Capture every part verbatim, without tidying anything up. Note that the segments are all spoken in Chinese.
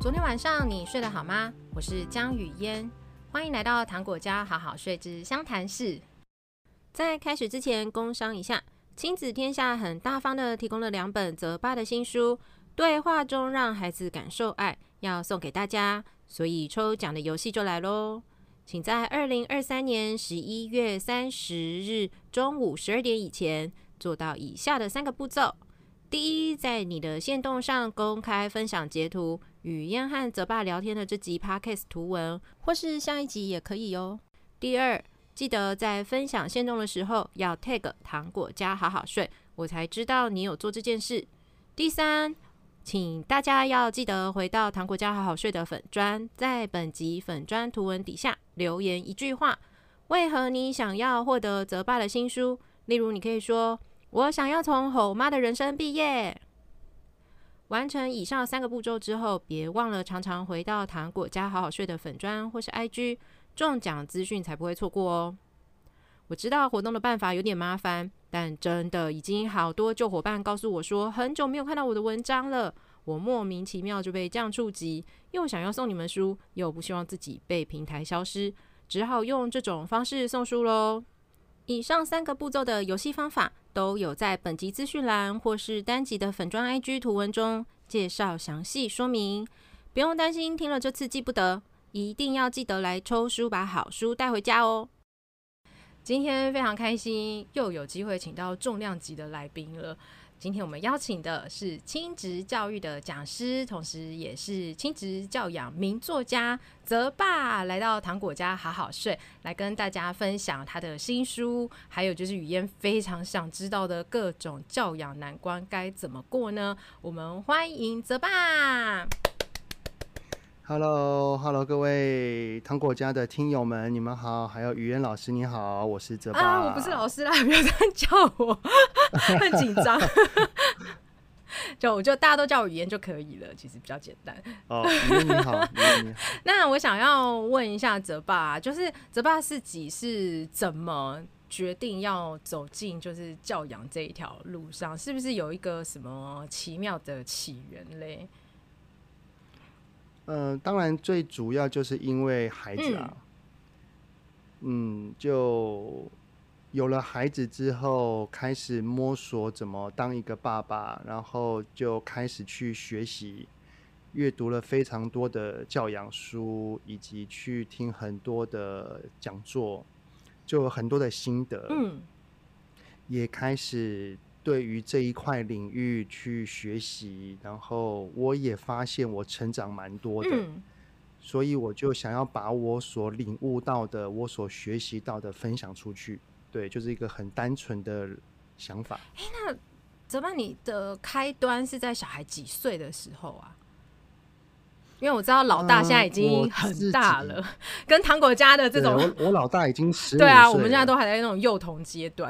昨天晚上你睡得好吗？我是江雨嫣，欢迎来到糖果家好好睡之相谈室。在开始之前，工商一下，亲子天下很大方的提供了两本泽爸的新书《对话中让孩子感受爱》，要送给大家，所以抽奖的游戏就来咯。请在二零二三年十一月三十日中午十二点以前做到以下的三个步骤。第一，在你的限动上公开分享截图与嫣和泽爸聊天的这集 Podcast 图文，或是下一集也可以哦。第二，记得在分享限动的时候要 tag 糖果家好好睡，我才知道你有做这件事。第三，请大家要记得回到糖果家好好睡的粉专，在本集粉专图文底下留言一句话，为何你想要获得泽爸的新书。例如你可以说，我想要从吼妈的人生毕业。完成以上三个步骤之后，别忘了常常回到糖果家好好睡的粉专或是 I G， 中奖资讯才不会错过哦。我知道活动的办法有点麻烦，但真的已经好多旧伙伴告诉我说，很久没有看到我的文章了。我莫名其妙就被这样触及，又想要送你们书，又不希望自己被平台消失，只好用这种方式送书咯。以上三个步骤的游戏方法都有在本集资讯栏或是单集的粉专 I G 图文中介绍详细说明，不用担心听了这次记不得，一定要记得来抽书，把好书带回家哦。今天非常开心，又有机会请到重量级的来宾了。今天我们邀请的是亲职教育的讲师，同时也是亲职教养名作家泽爸，来到糖果家好好睡，来跟大家分享他的新书，还有就是语嫣非常想知道的各种教养难关该怎么过呢？我们欢迎泽爸。 Hello Hello 各位糖果家的听友们，你们好，还有语嫣老师你好，我是泽爸。 啊，我不是老师啦，不要这样叫我，很紧张。就我就大家都叫我语嫣就可以了，其实比较简单。 哦，语嫣你好，语嫣你好。 那我想要问一下泽爸，就是泽爸自己是怎么决定要走进就是教养这一条路上？是不是有一个什么奇妙的起源嘞？ 呃，当然最主要就是因为孩子啊，嗯, 嗯，就有了孩子之后，开始摸索怎么当一个爸爸，然后就开始去学习，阅读了非常多的教养书，以及去听很多的讲座，就有很多的心得，嗯，也开始对于这一块领域去学习，然后我也发现我成长蛮多的，嗯，所以我就想要把我所领悟到的，我所学习到的分享出去。对，就是一个很单纯的想法。 欸，那泽爸你的开端是在小孩几岁的时候啊？因为我知道老大现在已经很大了，嗯，跟糖果家的这种， 我, 我老大已经十五岁了。 对啊，我们现在都还在那种幼童阶段。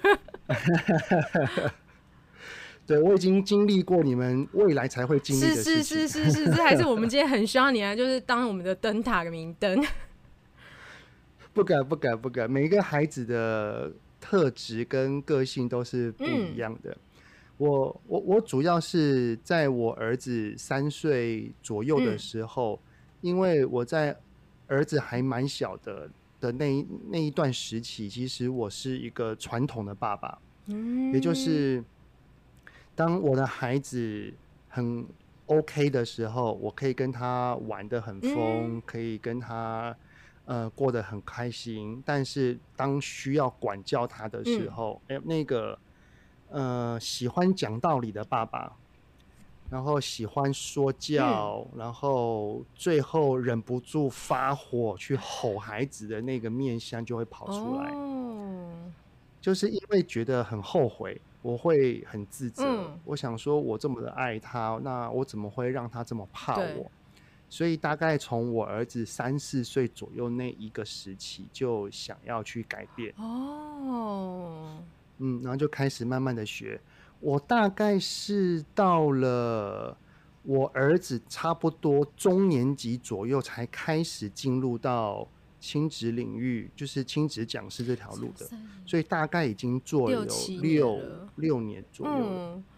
对，我已经经历过你们未来才会经历的事情。 是是是是是，这还是我们今天很需要你来，就是当我们的灯塔明灯。 不敢不敢不敢，每一个孩子的特质跟个性都是不一样的。嗯，我我我主要是在我儿子三岁左右的时候，嗯，因为我在儿子还蛮小的的那一那一段时期，其实我是一个传统的爸爸，嗯，也就是当我的孩子很 OK 的时候，我可以跟他玩得很疯，嗯，可以跟他呃过得很开心，但是当需要管教他的时候，嗯，那个呃，喜欢讲道理的爸爸，然后喜欢说教，嗯，然后最后忍不住发火去吼孩子的那个面相就会跑出来，哦，就是因为觉得很后悔，我会很自责，嗯，我想说我这么的爱他，那我怎么会让他这么怕我？所以大概从我儿子三四岁左右那一个时期就想要去改变，哦，嗯，然后就开始慢慢的学。我大概是到了我儿子差不多中年级左右才开始进入到亲职领域，就是亲职讲师这条路的，所以大概已经做了有六六年左右了。嗯，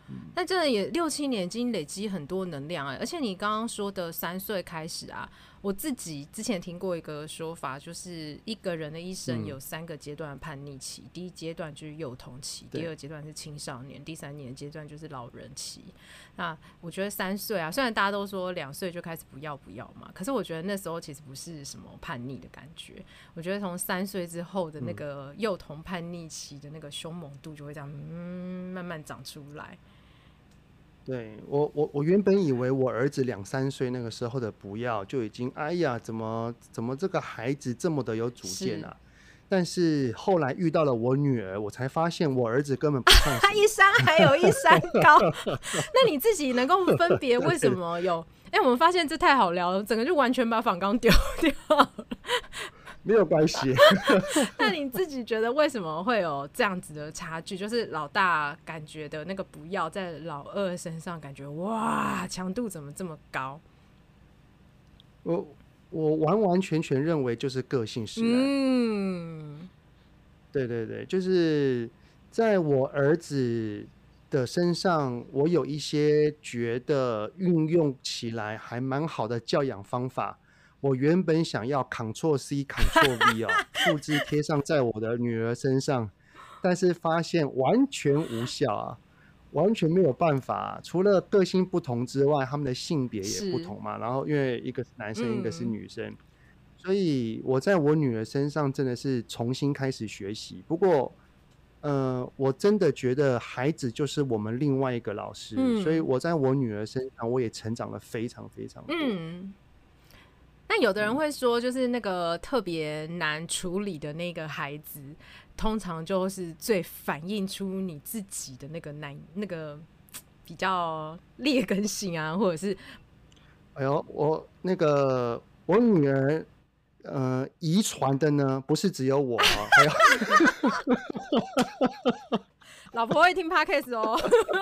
但真的也六七年已经累积很多能量啊，而且你刚刚说的三岁开始啊，我自己之前听过一个说法，就是一个人的一生有三个阶段的叛逆期，嗯、第一阶段就是幼童期，第二阶段是青少年，第三年阶段就是老人期。那我觉得三岁啊，虽然大家都说两岁就开始不要不要嘛，可是我觉得那时候其实不是什么叛逆的感觉。我觉得从三岁之后的那个幼童叛逆期的那个凶猛度就会这样嗯慢慢长出来。 对，我我我原本以为我儿子两三岁那个时候的不要就已经哎呀怎么怎么这个孩子这么的有主见啊，但是后来遇到了我女儿，我才发现我儿子根本不算什么。 他一山还有一山高。那你自己能够分别为什么有？哎、欸，我们发现这太好聊了，整个就完全把访纲丢掉了。 没有关系。 那你自己觉得为什么会有这样子的差距？就是老大感觉的那个不要，在老二身上感觉哇，强度怎么这么高？ 我我完完全全认为就是个性使然。嗯，对对对，就是在我儿子的身上，我有一些觉得运用起来还蛮好的教养方法。我原本想要 Ctrl C Ctrl V 哦，复制贴上在我的女儿身上，但是发现完全无效啊，完全没有办法、啊。除了个性不同之外，他们的性别也不同嘛。然后因为一个是男生，嗯、一个是女生，所以我在我女儿身上真的是重新开始学习。不过，呃，我真的觉得孩子就是我们另外一个老师，嗯、所以我在我女儿身上我也成长了非常非常多。嗯， 那有的人会说，就是那个特别难处理的那个孩子，通常就是最反映出你自己的那个难那个比较劣根性啊，或者是， 哎呦，我那个我女儿，呃，遗传的呢，不是只有我、哦，还有老婆会听 podcast 哦，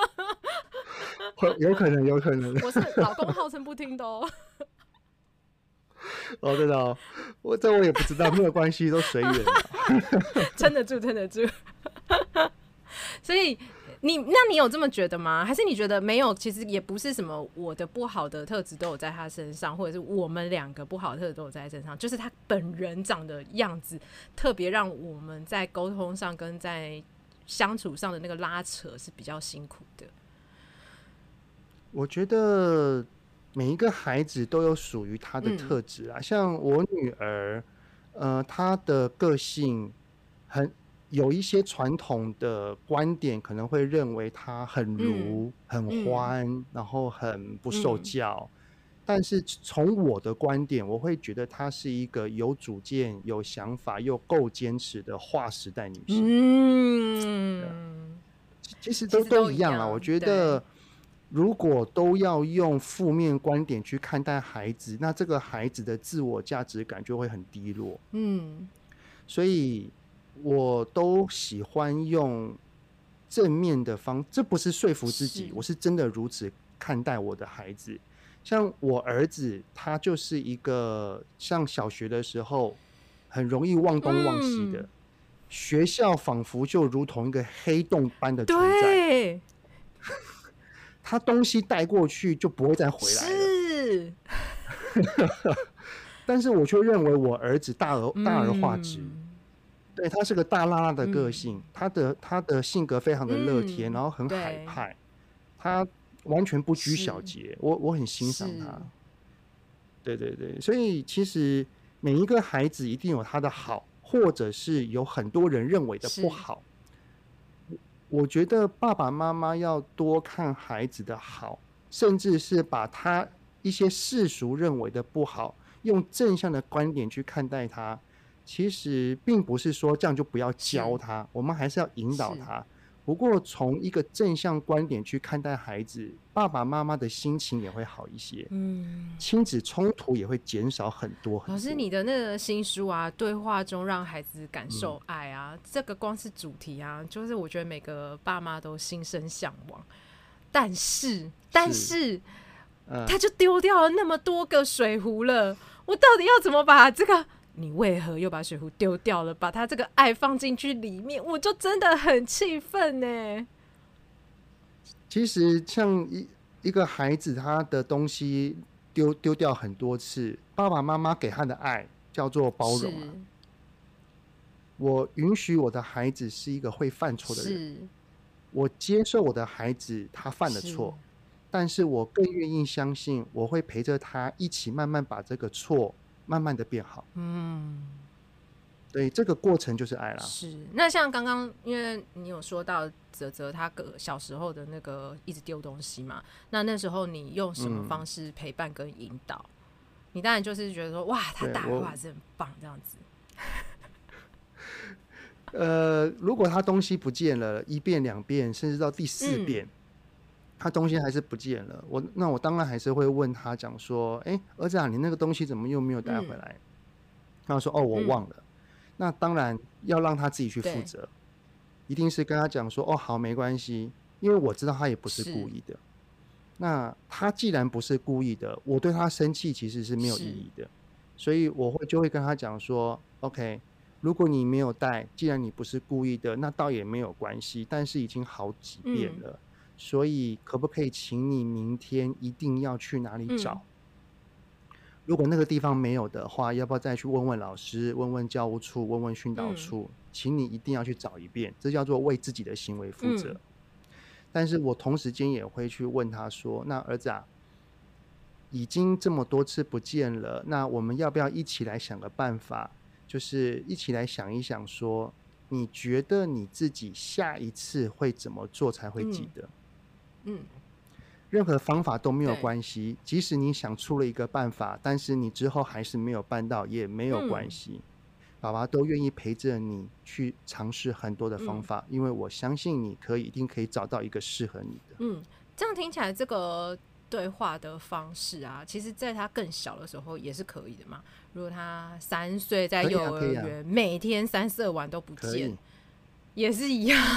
有可能，有可能， 我是老公号称不听的哦。 哦，对的、哦，我这我也不知道，没有关系，都随缘了， 撑得住，撑得住。所以你，那你有这么觉得吗？还是你觉得没有？其实也不是什么我的不好的特质都有在他身上，或者是我们两个不好的特质都有在他身上，就是他本人长的样子，特别让我们在沟通上跟在相处上的那个拉扯是比较辛苦的。 我觉得。每一个孩子都有属于他的特质啊、嗯，像我女儿，呃，她的个性很有一些传统的观点，可能会认为她很儒、嗯、很欢、嗯，然后很不受教。嗯、但是从我的观点，我会觉得她是一个有主见、有想法又够坚持的划时代女性。嗯，其实都都一样啊，我觉得。如果都要用负面观点去看待孩子，那这个孩子的自我价值感就会很低落。嗯，所以我都喜欢用正面的方，这不是说服自己，是我是真的如此看待我的孩子。像我儿子，他就是一个上小学的时候很容易忘东忘西的，嗯、学校仿佛就如同一个黑洞般的存在。对。他东西带过去就不会再回来了。是，但是我却认为我儿子大而大而化之，嗯、对他是个大拉拉的个性，嗯、他的他的性格非常的乐天，嗯、然后很海派，他完全不拘小节，我我很欣赏他。对对对，所以其实每一个孩子一定有他的好，或者是有很多人认为的不好。我觉得爸爸妈妈要多看孩子的好，甚至是把他一些世俗认为的不好，用正向的观点去看待他。其实并不是说这样就不要教他，我们还是要引导他。不过从一个正向观点去看待孩子，爸爸妈妈的心情也会好一些，嗯，亲子冲突也会减少很多很多。 老师，你的那个新书啊，对话中让孩子感受爱啊，嗯、这个光是主题啊，就是我觉得每个爸妈都心生向往。但是，但是，嗯、他就丢掉了那么多个水壶了，我到底要怎么把这个？你为何又把水壶丢掉了？把他这个爱放进去里面，我就真的很气愤呢。 其实像一一个孩子，他的东西丢丢掉很多次，爸爸妈妈给他的爱叫做包容啊。我允许我的孩子是一个会犯错的人，我接受我的孩子他犯了错，但是我更愿意相信我会陪着他一起慢慢把这个错慢慢的变好。嗯，对，这个过程就是爱啦。 是，那像刚刚因为你有说到泽泽他小时候的那个一直丢东西嘛，那那时候你用什么方式陪伴跟引导？嗯、你当然就是觉得说哇，他打的话是很棒这样子。 呃，如果他东西不见了，一遍两遍，甚至到第四遍，嗯、他东西还是不见了，我那我当然还是会问他讲说，哎、欸，儿子啊，你那个东西怎么又没有带回来？嗯、他说，哦，我忘了。嗯、那当然要让他自己去负责，一定是跟他讲说，哦，好，没关系，因为我知道他也不是故意的。那他既然不是故意的，我对他生气其实是没有意义的，所以我会就会跟他讲说 ，OK。如果你没有带，既然你不是故意的，那倒也没有关系，但是已经好几遍了，嗯、所以可不可以请你明天一定要去哪里找？嗯、如果那个地方没有的话，要不要再去问问老师，问问教务处，问问训导处，嗯、请你一定要去找一遍，这叫做为自己的行为负责。嗯、但是我同时间也会去问他说，那儿子啊，已经这么多次不见了，那我们要不要一起来想个办法？就是一起来想一想说，你觉得你自己下一次会怎么做才会记得？嗯，嗯任何方法都没有关系，即使你想出了一个办法，但是你之后还是没有办到，也没有关系。嗯、爸爸都愿意陪着你去尝试很多的方法，嗯、因为我相信你可以一定可以找到一个适合你的。 嗯，这样听起来这个对话的方式啊，其实在他更小的时候也是可以的嘛。如果他三岁在幼儿园，啊啊、每天三色碗都不见，也是一样。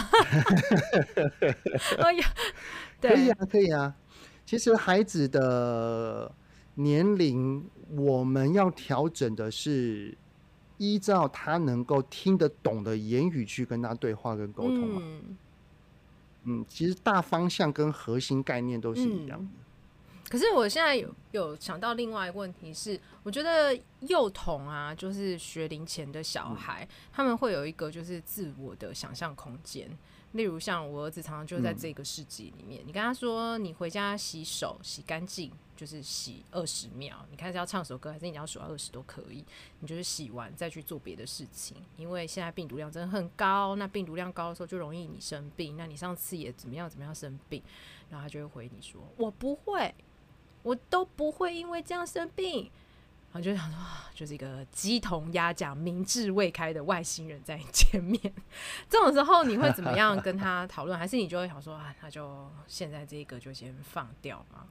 哎呀，可以啊，可以啊。其实孩子的年龄，我们要调整的是依照他能够听得懂的言语去跟他对话跟沟通嘛。嗯, 嗯，其实大方向跟核心概念都是一样的。嗯可是我现在有有想到另外一个问题是，我觉得幼童啊，就是学龄前的小孩，嗯、他们会有一个就是自我的想象空间。例如像我儿子常常就在这个世纪里面，嗯、你跟他说你回家洗手洗干净，就是洗二十秒，你看是要唱首歌还是你要数到二十都可以，你就是洗完再去做别的事情。因为现在病毒量真的很高，那病毒量高的时候就容易你生病，那你上次也怎么样怎么样生病，然后他就会回你说我不会。我都不会因为这样生病，然后就想说，就是一个鸡同鸭讲、明智未开的外星人在你前面。这种时候，你会怎么样跟他讨论？还是你就会想说，啊，那就现在这个就先放掉吗？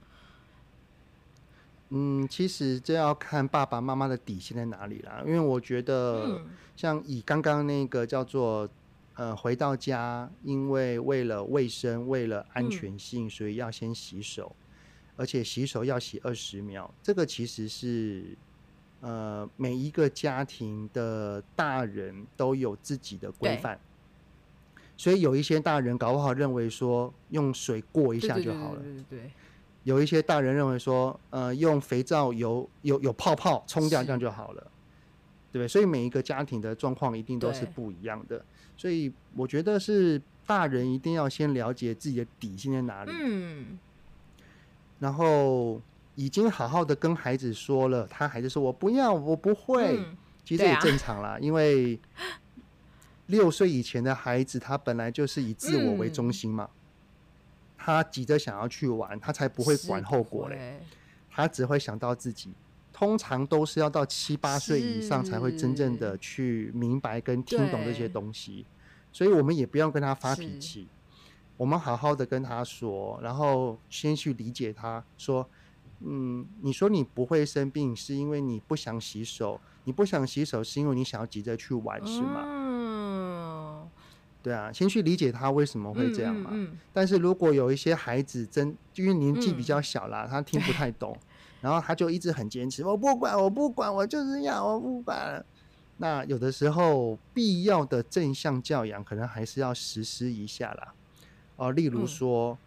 嗯，其实这要看爸爸妈妈的底线在哪里啦。因为我觉得，像以刚刚那个叫做呃回到家，因为为了卫生、为了安全性，嗯、所以要先洗手。而且洗手要洗二十秒，这个其实是呃每一个家庭的大人都有自己的规范，所以有一些大人搞不好认为说用水过一下就好了，对对对对对，有一些大人认为说呃用肥皂油有有泡泡冲掉这样就好了，对不对？所以每一个家庭的状况一定都是不一样的，所以我觉得是大人一定要先了解自己的底线在哪里。嗯。然后已经好好的跟孩子说了，他还是说我不要，我不会，嗯、其实也正常啦，啊、因为六岁以前的孩子，他本来就是以自我为中心嘛，嗯、他急着想要去玩，他才不会管后果嘞，他只会想到自己。通常都是要到七八岁以上才会真正的去明白跟听懂这些东西，所以我们也不要跟他发脾气。我们好好的跟他说，然后先去理解他说，嗯，你说你不会生病是因为你不想洗手，你不想洗手是因为你想要急着去玩，是吗？嗯，对啊，先去理解他为什么会这样嘛。嗯嗯嗯、但是如果有一些孩子真因为年纪比较小啦，嗯、他听不太懂，然后他就一直很坚持，我不管，我不管，我就是要，我不管。那有的时候必要的正向教养可能还是要实施一下啦。哦，例如说，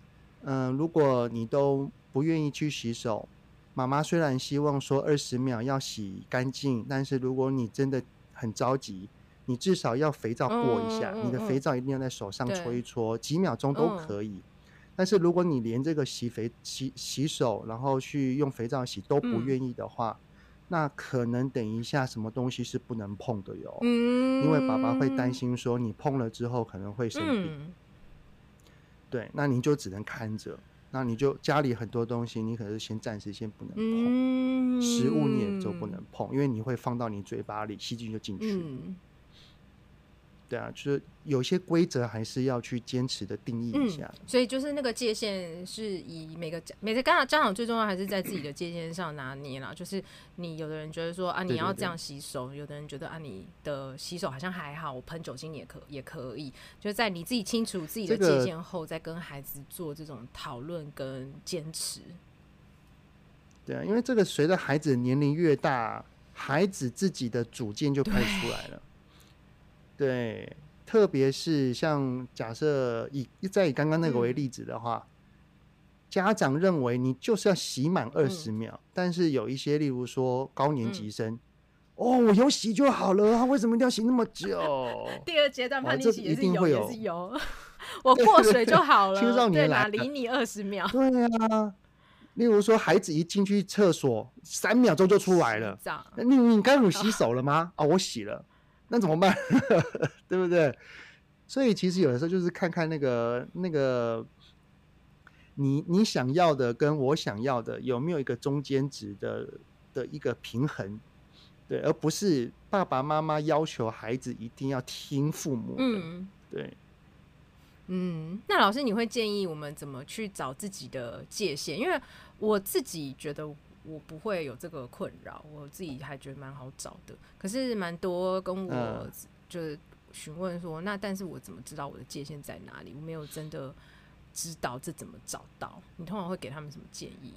嗯、呃，如果你都不愿意去洗手，妈妈虽然希望说二十秒要洗干净，但是如果你真的很着急，你至少要肥皂过一下，你的肥嗯嗯嗯， 皂一定要在手上搓对， 一搓，几秒钟都嗯可以。但是如果你连这个洗肥洗洗手，然后去用肥皂洗都不嗯愿意的话，那可能等一下什么东西是不能碰的哟，因为爸爸会担嗯心说你碰了之后可能会生病。 嗯对，那你就只能看着，那你就家里很多东西你可能先暂时先不能碰，食物你也就不能嗯碰，因为你会放到你嘴巴里，细菌就进去了。 嗯对啊，就是有些规则还是要去坚持的定义一嗯， 下。 所以就是那个界限是以每个家每个家长家长最重要还是在自己的界限上拿捏啦。就是你有的人觉得说啊你对对对， 要这样洗手，有的人觉得啊你的洗手好像还好，我喷酒精也可也可以，就是在你自己清楚自己的界这个限后，再跟孩子做这种讨论跟坚持。 对啊，因为这个随着孩子的年龄越大，孩子自己的主见就开始出来了。对，特别是像假设以再以刚刚那个为嗯例子的话，家长认为你就是要洗满二十嗯秒，但是有一些例如说高年级嗯， 生，哦，我有洗就好了，他为什么一定要洗那么久？ 第二阶段哇， 叛逆这一期也是有，也是定会有， 有，我对过水就对对， 好了， 青少对， 年来了， 哪理你二十秒对啊。例如说，孩子一进去厕所，三秒钟就出来了， 洗澡。 那你你刚刚有洗哦， 手了吗？啊、我洗了，那怎么办？对不对？所以其实有的时候就是看看那个那个你你想要的跟我想要的有没有一个中间值的的一个平衡，对，而不是爸爸妈妈要求孩子一定要听父母的， 嗯对。 嗯，那老师你会建议我们怎么去找自己的界限？因为我自己觉得我不会有这个困扰，我自己还觉得蛮好找的。可是蛮多跟我嗯， 就是询问说，那但是我怎么知道我的界限在哪里？我没有真的知道这怎么找到。你通常会给他们什么建议？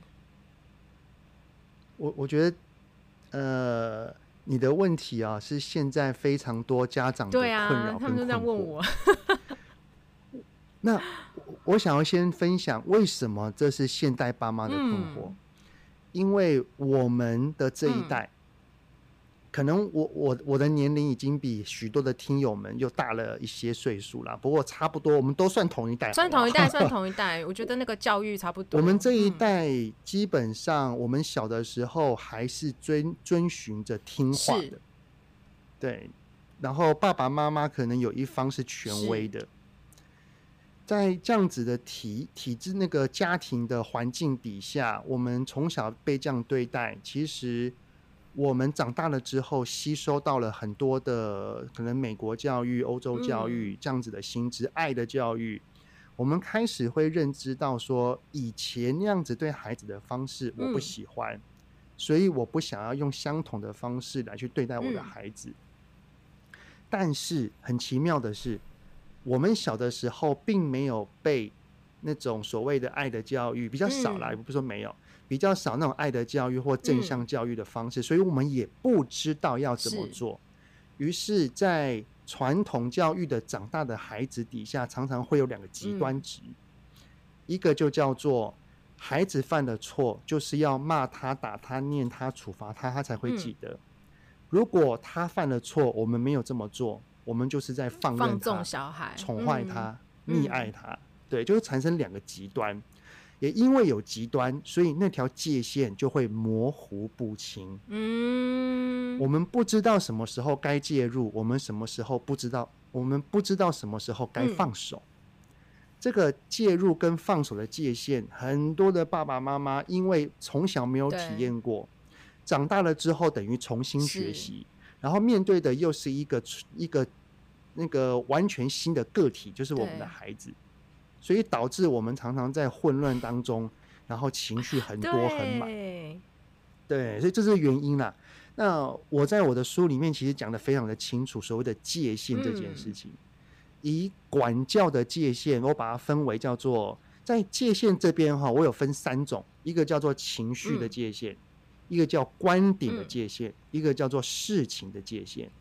我我觉得，呃，你的问题啊，是现在非常多家长的对困啊， 扰跟他们就这样困惑。 问我。 那我我想要先分享为什么这是现代爸妈的困惑， 嗯因为我们的这一嗯代，可能我我我的年龄已经比许多的听友们又大了一些岁数啦，不过差不多，我们都算同一代，好不好？ 算同一代，算同一代，我觉得那个教育差不多。 我们这一嗯， 代基本上，我们小的时候还是遵遵循着听话是的，对，然后爸爸妈妈可能有一方是权威是， 的，在这样子的体体制那个家庭的环境底下，我们从小被这样对待，其实我们长大了之后，吸收到了很多的可能美国教育、欧洲教嗯育这样子的心智、爱的教育，我们开始会认知到说，以前那样子对孩子的方式我不嗯喜欢，所以我不想要用相同的方式来去对待我的嗯孩子。但是很奇妙的是，我们小的时候并没有被那种所谓的爱的教育，比较少啦，也嗯不是说没有，比较少那种爱的教育或正向嗯， 教育的方式，所以我们也不知道要怎么是， 做。于是，在传统教育的长大的孩子底下，常常会有两个极端嗯值，一个就叫做孩子犯了错，就是要骂他、打他、念他、处罚他，他才会记嗯， 得。如果他犯了错，我们没有这么做，我们就是在放放纵任他、 小孩。 宠坏嗯他、溺爱嗯他，对，就会产生两个极端。也因为有极端，所以那条界限就会模糊不清。 嗯我们不知道什么时候该介入，我们什么时候不知道，我们不知道什么时候该嗯， 放手。这个介入跟放手的界限，很多的爸爸妈妈因为从小没有体对， 验过，长大了之后等于重新学是， 习，然后面对的又是一个一个那个完全新的个体，就是我们的对孩子，所以导致我们常常在混乱当中，然后情绪很多很满。 对， 对，所以这是原因啦。那我在我的书里面其实讲得非常的清楚，所谓的界限这件事嗯情，以管教的界限，我把它分为叫做在界限这边哈，我有分三种，一个叫做情绪的嗯界限，一个叫观点的嗯界限，一个叫做事情的界限。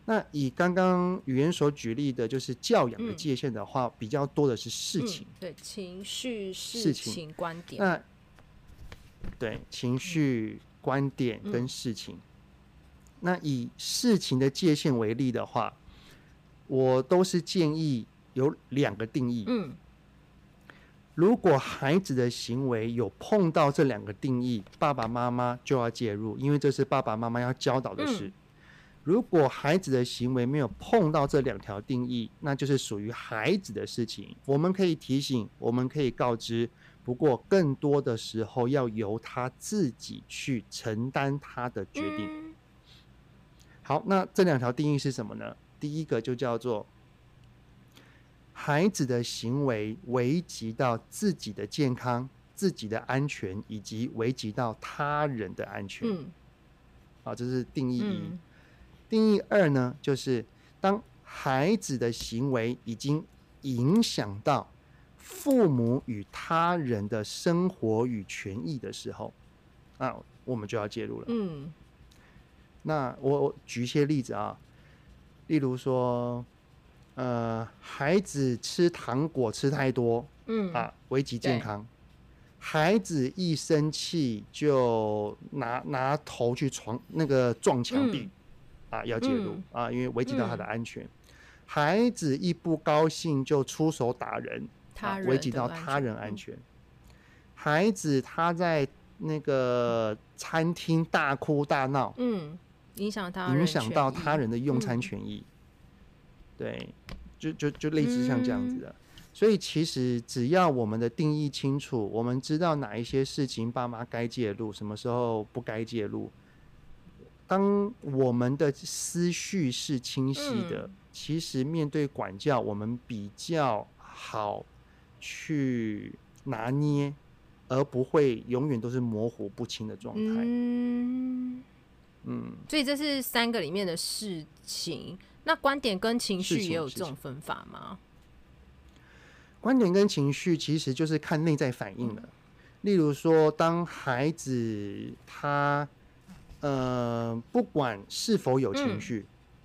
那以刚刚语言所举例的，就是教养的嗯界限的话，比较多的是事情， 嗯，对，情绪、事事情。 情、观点， 那对情绪、观点跟嗯事情。那以事情的界限为例的话，我都是建议有两个定义。 嗯如果孩子的行为有碰到这两个定义，爸爸妈妈就要介入，因为这是爸爸妈妈要教导的事。 嗯如果孩子的行为没有碰到这两条定义，那就是属于孩子的事情。我们可以提醒，我们可以告知，不过更多的时候要由他自己去承担他的决定。 嗯好，那这两条定义是什么呢？第一个就叫做孩子的行为危及到自己的健康、自己的安全，以及危及到他人的安全。 嗯好，这是定义一。 嗯定义二呢，就是当孩子的行为已经影响到父母与他人的生活与权益的时候，那我们就要介入了。 嗯那我我举一些例子啊，例如说，呃，孩子吃糖果吃太多嗯啊，危及健康。孩子一生气就拿拿头去撞那个撞墙壁。 嗯啊，要介入、 嗯啊，因为危及到他的安全。孩子一不高兴就出手打人，啊， 他人危及到的安他人全安全。孩子他在那个餐厅大哭大闹， 嗯，影响他人影响到权益他人的用餐嗯权益。对，就就就类似像这样子的。所以其实只要我们的定义清楚，我们知道哪一些事情爸妈该介入，什么时候不该介入。当我们的思绪是清晰的， 嗯其实面对管教，我们比较好去拿捏，而不会永远都是模糊不清的状态。 嗯， 嗯， 所以这是三个里面的事情。那观点跟情绪事情也有事情这种分法吗？ 观点跟情绪其实就是看内在反应了。例如说，当孩子他呃不管是否有情绪，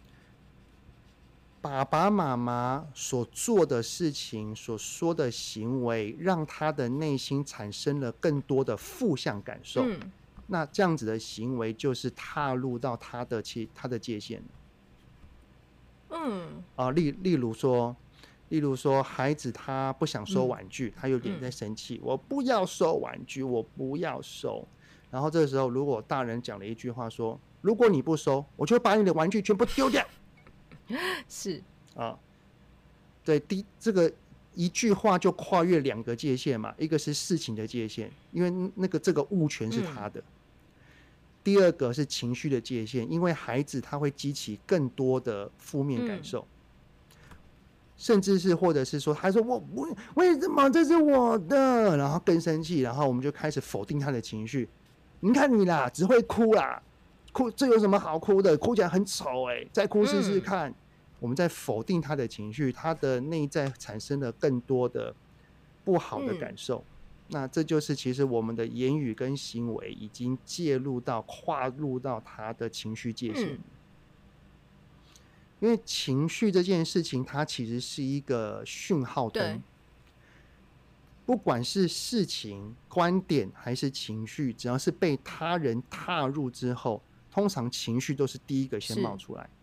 爸爸妈妈所做的事情、所说的行为，让他的内心产生了更多的负向感受。 嗯那这样子的行为就是踏入到他的界他的界限了。 嗯啊、例例如说，例如说，孩子他不想收玩具，他有点在生气，我不要收玩具，我不要收。然后这个时候，如果大人讲了一句话说：“如果你不收，我就把你的玩具全部丢掉。” 是啊，对，第这个一句话就跨越两个界限嘛，一个是事情的界限，因为那个这个物权是他的；第二个是情绪的界限，因为孩子他会激起更多的负面感受。甚至是或者是说，他说我不为什么这是我的，然后更生气，然后我们就开始否定他的情绪。你看你啦，只会哭啦，哭这有什么好哭的？哭起来很丑哎、欸，再哭试试看。嗯、我们在否定他的情绪，他的内在产生了更多的不好的感受。嗯、那这就是其实我们的言语跟行为已经介入到、跨入到他的情绪界限。嗯，因为情绪这件事情，它其实是一个讯号灯。不管是事情、观点还是情绪，只要是被他人踏入之后，通常情绪都是第一个先冒出来。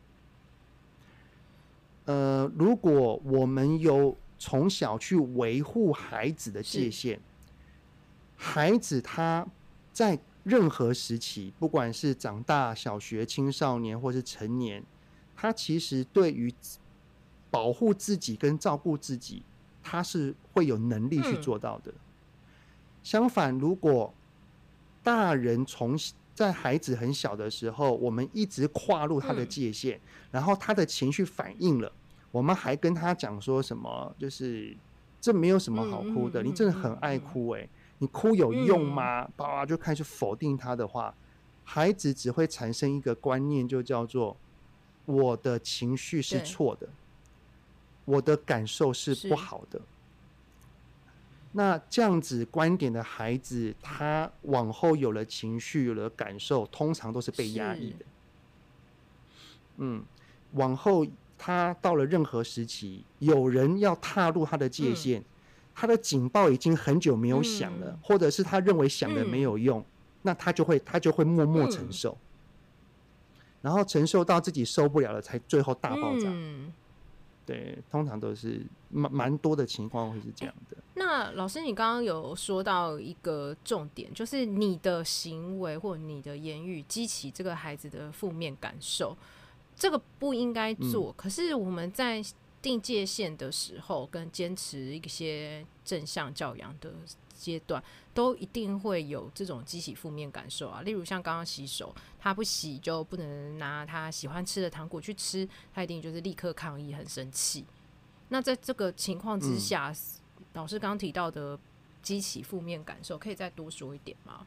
呃，如果我们有从小去维护孩子的界限，孩子他在任何时期，不管是长大、小学、青少年或是成年，他其实对于保护自己跟照顾自己，他是会有能力去做到的。嗯、相反，如果大人从在孩子很小的时候，我们一直跨入他的界限，嗯、然后他的情绪反应了，我们还跟他讲说什么，就是这没有什么好哭的，嗯、你真的很爱哭哎、欸，你哭有用吗？爸、嗯、就开始否定他的话，孩子只会产生一个观念，就叫做我的情绪是错的，我的感受是不好的。那这样子观点的孩子，他往后有了情绪，有了感受，通常都是被压抑的。嗯， 往后他到了任何时期，有人要踏入他的界限，嗯、他的警报已经很久没有响了，嗯、或者是他认为响了没有用，嗯、那他就会他就会默默承受，嗯、然后承受到自己受不了了，才最后大爆炸。嗯、对，通常都是蛮蛮多的情况会是这样的。 那老师，你刚刚有说到一个重点，就是你的行为或你的言语激起这个孩子的负面感受，这个不应该做。嗯、可是我们在定界限的时候，跟坚持一些正向教养的阶段，都一定会有这种激起负面感受啊。例如像刚刚洗手，他不洗就不能拿他喜欢吃的糖果去吃，他一定就是立刻抗议，很生气。那在这个情况之下，嗯、老师刚刚提到的激起负面感受，可以再多说一点吗？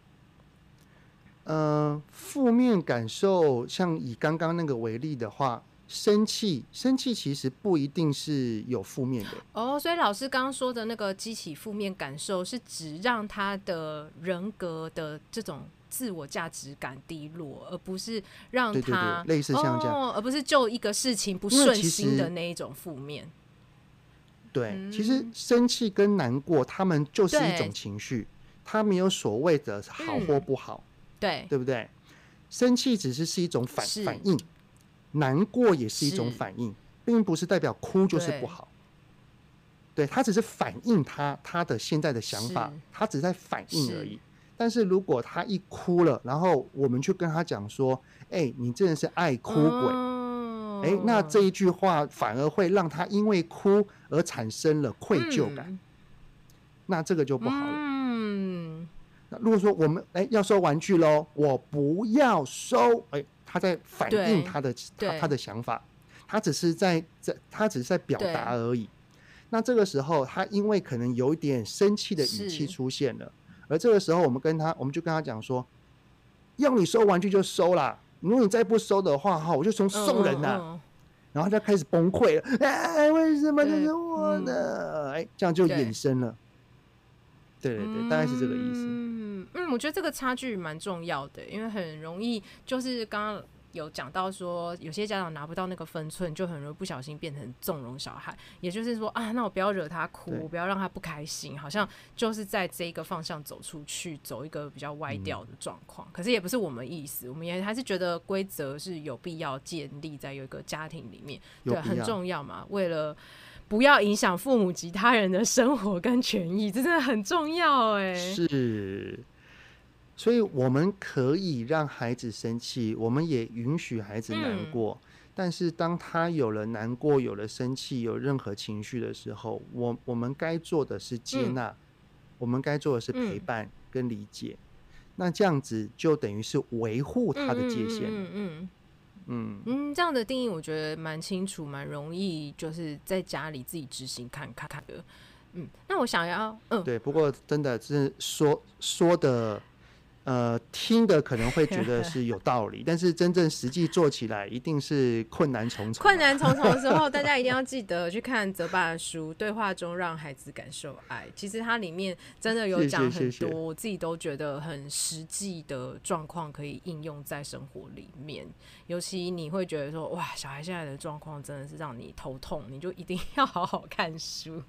呃，负面感受，像以刚刚那个为例的话，生气，生气其实不一定是有负面的哦。所以老师刚刚说的那个激起负面感受，是指让他的人格的这种自我价值感低落，而不是让他对对对类似像这样、 哦，而不是就一个事情不顺心的那一种负面。 对，嗯、其实生气跟难过，他们就是一种情绪，它没有所谓的好或不好，嗯、 对对不对？生气只是是一种反反应，难过也是一种反应，并不是代表哭就是不好。对，他只是反映他他的现在的想法，他只是在反应而已。但是如果他一哭了，然后我们去跟他讲说：“哎、欸，你真的是爱哭鬼。哦”哎、欸，那这一句话反而会让他因为哭而产生了愧疚感，嗯、那这个就不好了。嗯，那如果说我们哎、欸、要收玩具咯，我不要收，哎、欸，他在反映他的他他的想法，他只是在在他只是在表达而已。那这个时候，他因为可能有一点生气的语气出现了。而这个时候，我们跟他，我们就跟他讲说，要你收玩具就收啦，如果你再不收的话，哈，我就从送人啦、啊。嗯嗯、然后他就开始崩溃了，哎，为什么这是我的？哎、嗯，这样就衍生了。对对对，大概是这个意思。 嗯嗯，我觉得这个差距蛮重要的，因为很容易就是刚刚有讲到说，有些家长拿不到那个分寸，就很容易不小心变成纵容小孩。也就是说啊，那我不要惹他哭，不要让他不开心，好像就是在这个方向走出去，走一个比较歪掉的状况。嗯、可是也不是我们意思，我们也还是觉得规则是有必要建立在有一个家庭里面，对，很重要嘛。为了不要影响父母及他人的生活跟权益，这真的很重要哎。 是。所以我们可以让孩子生气，我们也允许孩子难过、嗯、但是当他有了难过，有了生气，有任何情绪的时候，我我们该做的是接纳、嗯、我们该做的是陪伴跟理解、嗯、那这样子就等于是维护他的界限。嗯嗯嗯嗯，这样的定义我觉得蛮清楚，蛮容易就是在家里自己执行看看看的。嗯，那我想要嗯， 对，不过真的是说说的呃，听的可能会觉得是有道理，但是真正实际做起来一定是困难重重、啊。 困难重重的时候，大家一定要记得去看泽爸的书《对话中让孩子感受爱》。其实它里面真的有讲很多，谢谢谢谢我自己都觉得很实际的状况可以应用在生活里面。尤其你会觉得说，哇，小孩现在的状况真的是让你头痛，你就一定要好好看书。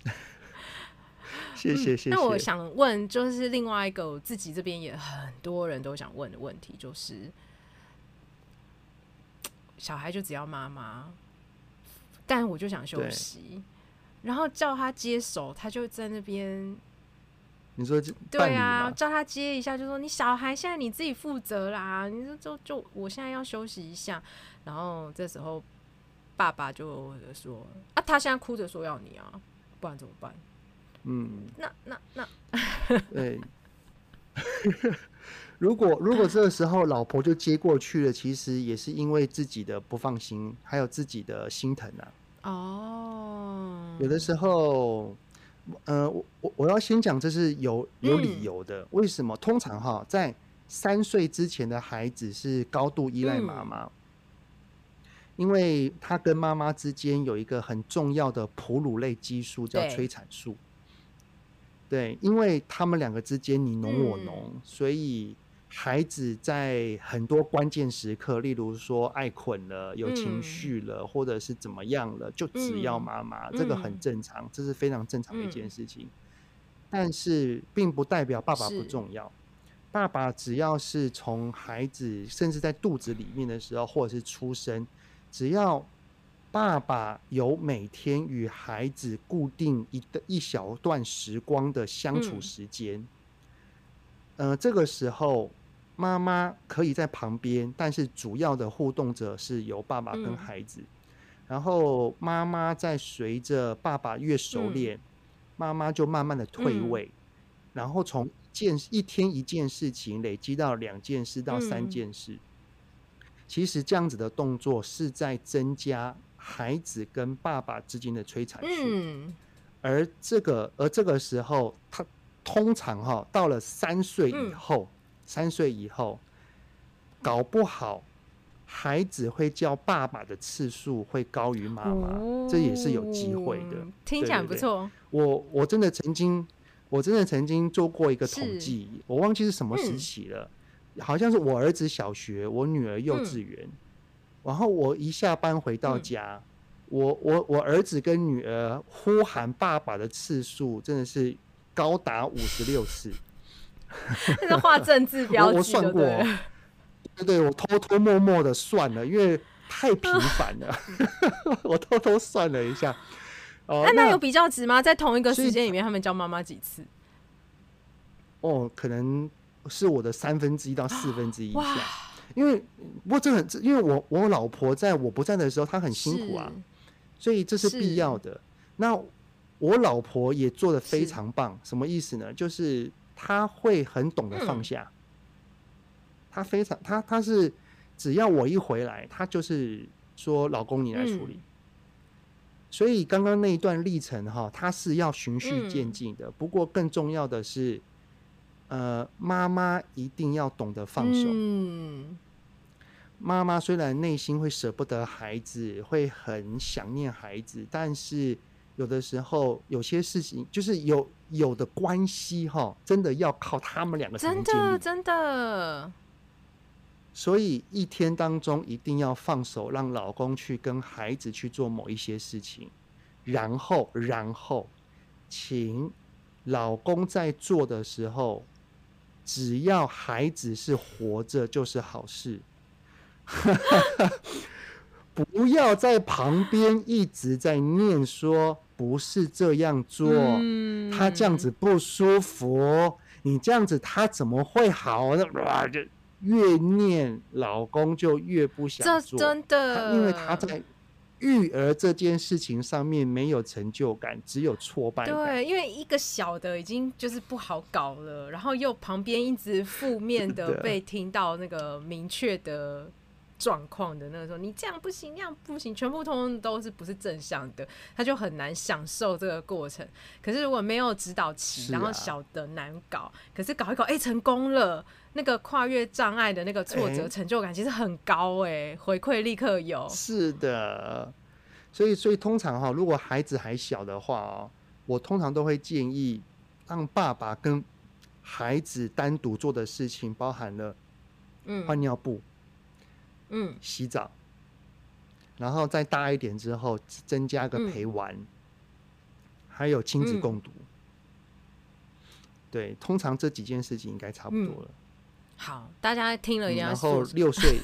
谢谢谢谢、嗯。 那我想问，就是另外一个我自己这边也很多人都想问的问题，就是小孩就只要妈妈，但我就想休息，然后叫他接手，他就在那边。 你说对啊，叫他接一下，就说你小孩现在你自己负责啦，你说就就我现在要休息一下，然后这时候爸爸就说啊，他现在哭着说要你啊，不然怎么办？嗯，那那那， 对，如果如果这个时候老婆就接过去了，其实也是因为自己的不放心，还有自己的心疼啊。哦，有的时候，呃，我我要先讲，这是有有理由的。嗯、为什么？通常哈，在三岁之前的孩子是高度依赖妈妈。嗯，因为他跟妈妈之间有一个很重要的哺乳类激素叫催产素。对，因为他们两个之间你侬我侬、嗯，所以孩子在很多关键时刻，例如说爱困了、有情绪了，嗯、或者是怎么样了，就只要妈妈，嗯、这个很正常，这是非常正常的一件事情。嗯、但是并不代表爸爸不重要。爸爸只要是从孩子甚至在肚子里面的时候，或者是出生，只要爸爸有每天与孩子固定 一, 一小段时光的相处时间，嗯、呃，这个时候妈妈可以在旁边，但是主要的互动者是由爸爸跟孩子。嗯、然后妈妈在随着爸爸越熟练，嗯、妈妈就慢慢的退位，嗯、然后从件一天一件事情累积到两件事到三件事。嗯、其实这样子的动作是在增加孩子跟爸爸之间的催产素。嗯、而这个而这个时候，他通常哈、哦、到了三岁以后。嗯三岁以后，搞不好孩子会叫爸爸的次数会高于妈妈，哦、这也是有机会的。 听起来不错。 我我真的曾经，我真的曾经做过一个统计，我忘记是什么时期了，嗯、好像是我儿子小学，我女儿幼稚园，嗯、然后我一下班回到家，嗯、我我我儿子跟女儿呼喊爸爸的次数真的是高达五十六次。 那个画政治标记， 我算过，对对，我偷偷摸摸的算了，因为太频繁了，我偷偷算了一下。 哦、那那有比较值吗？在同一个时间里面，他们叫妈妈几次？ 哦，可能是我的三分之一到四分之一以下。因为不过这很，因为我我老婆在我不在的时候，她很辛苦啊，所以这是必要的。那我老婆也做得非常棒，什么意思呢？就是他会很懂得放下，嗯、他非常他他是只要我一回来，他就是说老公你来处理。嗯、所以刚刚那一段历程哈，他是要循序渐进的。嗯、不过更重要的是，呃，妈妈一定要懂得放手。嗯、妈妈虽然内心会舍不得孩子，会很想念孩子，但是有的时候有些事情就是有有的关系哈，真的要靠他们两个才能建立。 真的真的。 所以一天当中一定要放手，让老公去跟孩子去做某一些事情，然后然后请老公在做的时候，只要孩子是活着就是好事。不要在旁边一直在念说不是这样做，嗯、他这样子不舒服，你这样子他怎么会好呢？哇，就越念老公就越不想做， 这真的， 因为他在育儿这件事情上面没有成就感，只有挫败感。 对，因为一个小的已经就是不好搞了，然后又旁边一直负面的被听到那个明确的状况的那个时候，你这样不行，那样不行，全部通通都是不是正向的，他就很难享受这个过程。可是如果没有指导期，啊、然后小的难搞，可是搞一搞，哎、欸，成功了，那个跨越障碍的那个挫折、欸、成就感其实很高，哎、欸，回馈立刻有。 是的，所以所以通常哈，如果孩子还小的话哦，我通常都会建议让爸爸跟孩子单独做的事情，包含了换尿布。嗯，洗澡，然后再大一点之后增加个陪玩，嗯、还有亲子共读。嗯、对，通常这几件事情应该差不多了。嗯、 好，大家听了一定要、嗯、 然后六岁，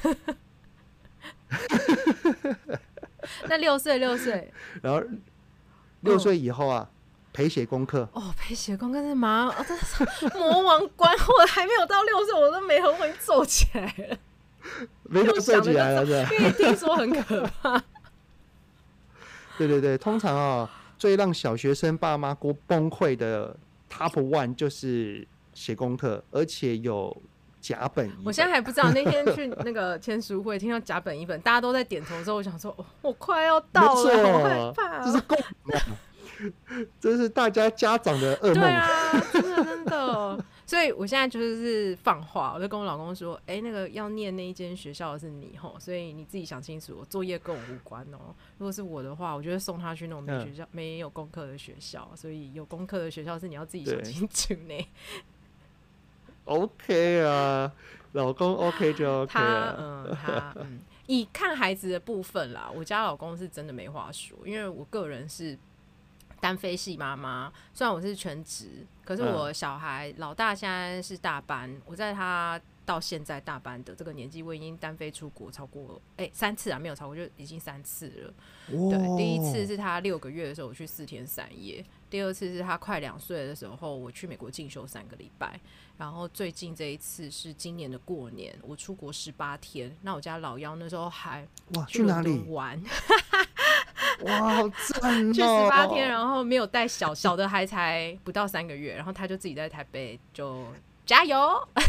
那六岁六岁， 然后六岁以后啊，陪写功课。 哦，陪写功课是吗？哦，这是魔王关，我还没有到六岁，我都没很会做起来了。 没有做起来了， 因为听说很可怕。 对对对，通常啊、哦，最让小学生爸妈崩溃的 top one 就是写功课，而且有甲本乙本。 我现在还不知道，那天去那个签书会，听到甲本乙本，大家都在点头的时候，我想说，哦、我快要到了，好害怕、哦。 这是共这是大家家长的噩梦。 对啊，真的真的。所以我现在就是放话，我就跟我老公说，哎、欸，那个要念那一间学校的是你吼，所以你自己想清楚，作业跟我无关哦。如果是我的话，我就会送他去那种没学校、嗯、没有功课的学校，所以有功课的学校是你要自己想清楚呢。 OK 啊，老公 OK 就 OK 他啊。 嗯，他嗯，以看孩子的部分啦，我家老公是真的没话说，因为我个人是单飞系妈妈，虽然我是全职，可是我小孩、嗯、老大现在是大班，我在他到现在大班的这个年纪，我已经单飞出国超过哎、欸、三次啊，没有超过就已经三次了。哦、对，第一次是他六个月的时候，我去四天三夜；第二次是他快两岁的时候，我去美国进修三个礼拜。然后最近这一次是今年的过年，我出国十八天。那我家老幺那时候还哇去哪里玩？ 哇，好赞哦！ 去十八天，然后没有带小小的，还才不到三个月，然后他就自己在台北就加油。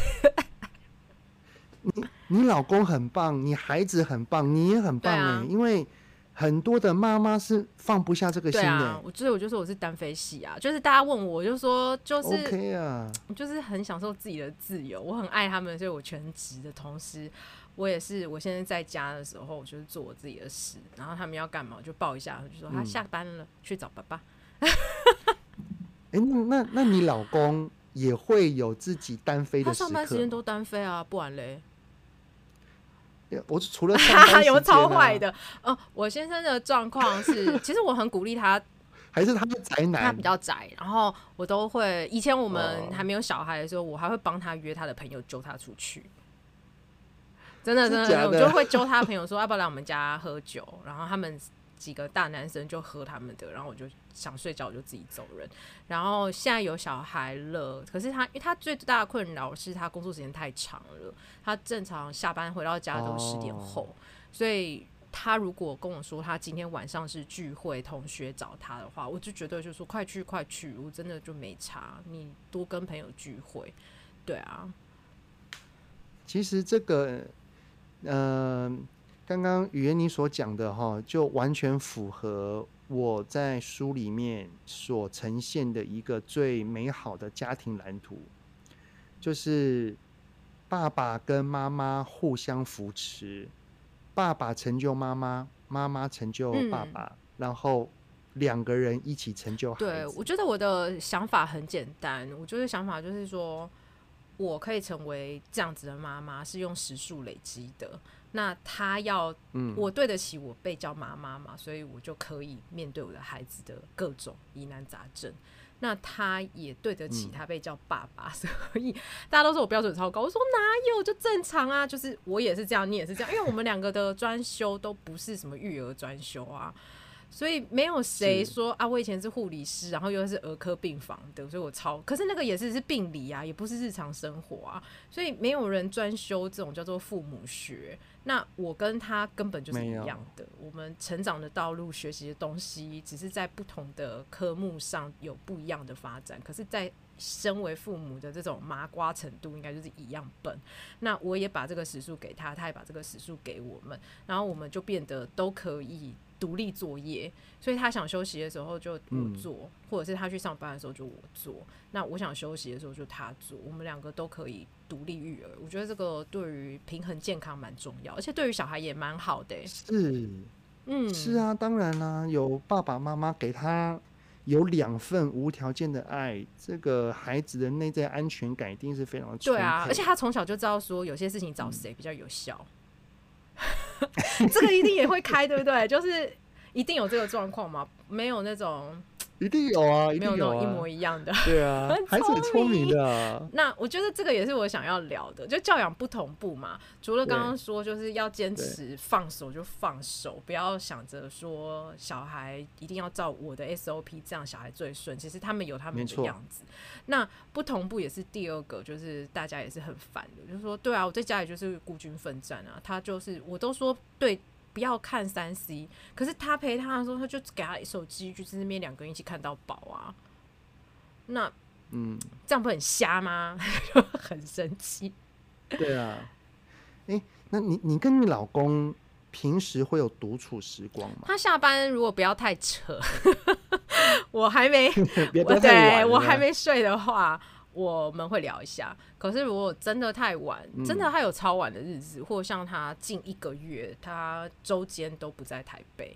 你你老公很棒，你孩子很棒，你也很棒哎、啊，因为很多的妈妈是放不下这个心的。对啊，我所以我就说我是单飞系啊，就是大家问我，我就说就是 OK 啊， 就是很享受自己的自由，我很爱他们，所以我全职的同时，我也是我现在在家的时候，我就是做我自己的事，然后他们要干嘛我就抱一下，我就说他下班了、嗯、去找爸爸。哎、 欸，那那你老公也会有自己单飞的时刻？ 他上班时间都单飞啊，不然嘞。 我除了上班时间、啊、 有超坏的哦。我先生的状况是，其实我很鼓励他， 还是他是宅男， 他比较宅。然后我都会，以前我们还没有小孩的时候，我还会帮他约他的朋友揪他出去。真的真的，真的我就会揪他朋友说要不要来我们家喝酒，然后他们几个大男生就喝他们的，然后我就想睡觉我就自己走人。然后现在有小孩了，可是他因为他最大的困扰是他工作时间太长了，他正常下班回到家都十点后、哦、所以他如果跟我说他今天晚上是聚会，同学找他的话，我就绝对就说快去快去，我真的就没差，你多跟朋友聚会。对啊， 其实这个呃刚刚语言你所讲的哈，就完全符合我在书里面所呈现的一个最美好的家庭蓝图，就是爸爸跟妈妈互相扶持，爸爸成就妈妈，妈妈成就爸爸、嗯、然后两个人一起成就孩子。 对，我觉得我的想法很简单，我觉得想法就是说我可以成为这样子的妈妈是用时数累积的，那他要、嗯、我对得起我被叫妈妈嘛，所以我就可以面对我的孩子的各种疑难杂症，那他也对得起他被叫爸爸、嗯、所以大家都说我标准超高，我说哪有，就正常啊，就是我也是这样，你也是这样，因为我们两个的专修都不是什么育儿专修啊，所以没有谁说啊，我以前是护理师，然后又是儿科病房的，所以我超，可是那个也是是病理啊，也不是日常生活啊，所以没有人专修这种叫做父母学。那我跟他根本就是一样的，我们成长的道路、学习的东西，只是在不同的科目上有不一样的发展，可是在身为父母的这种麻瓜程度应该就是一样笨。那我也把这个时数给他，他也把这个时数给我们，然后我们就变得都可以独立作业，所以他想休息的时候就我做、嗯、或者是他去上班的时候就我做，那我想休息的时候就他做，我们两个都可以独立育儿。我觉得这个对于平衡健康蛮重要，而且对于小孩也蛮好的、欸、 是嗯，是啊，当然啦、啊，有爸爸妈妈给他有两份无条件的爱，这个孩子的内在安全感一定是非常充沛。 对啊，而且他从小就知道说有些事情找谁比较有效、嗯、这个一定也会开对不对？就是一定有这个状况吗？没有那种一定有啊，一定有啊， 没有那种一模一样的。 对啊，孩子很聪明的、啊。 那我觉得这个也是我想要聊的，就教养不同步嘛。除了刚刚说，就是要坚持放手就放手，不要想着说小孩一定要照我的 S O P， 这样小孩最顺。其实他们有他们的样子。那不同步也是第二个，就是大家也是很烦的，就是说，对啊，我在家里就是孤军奋战啊，他就是我都说对。不要看三 C， 可是他陪他的时候，他就给他手机，就是那边两个人一起看到饱啊。那嗯，这样不很瞎吗？就很生气。 对啊，哎、欸，那你你跟你老公平时会有独处时光吗？ 他下班如果不要太扯，我还没别太晚对我还没睡的话。我们会聊一下，可是如果真的太晚、嗯、真的他有超晚的日子，或像他近一个月他周间都不在台北，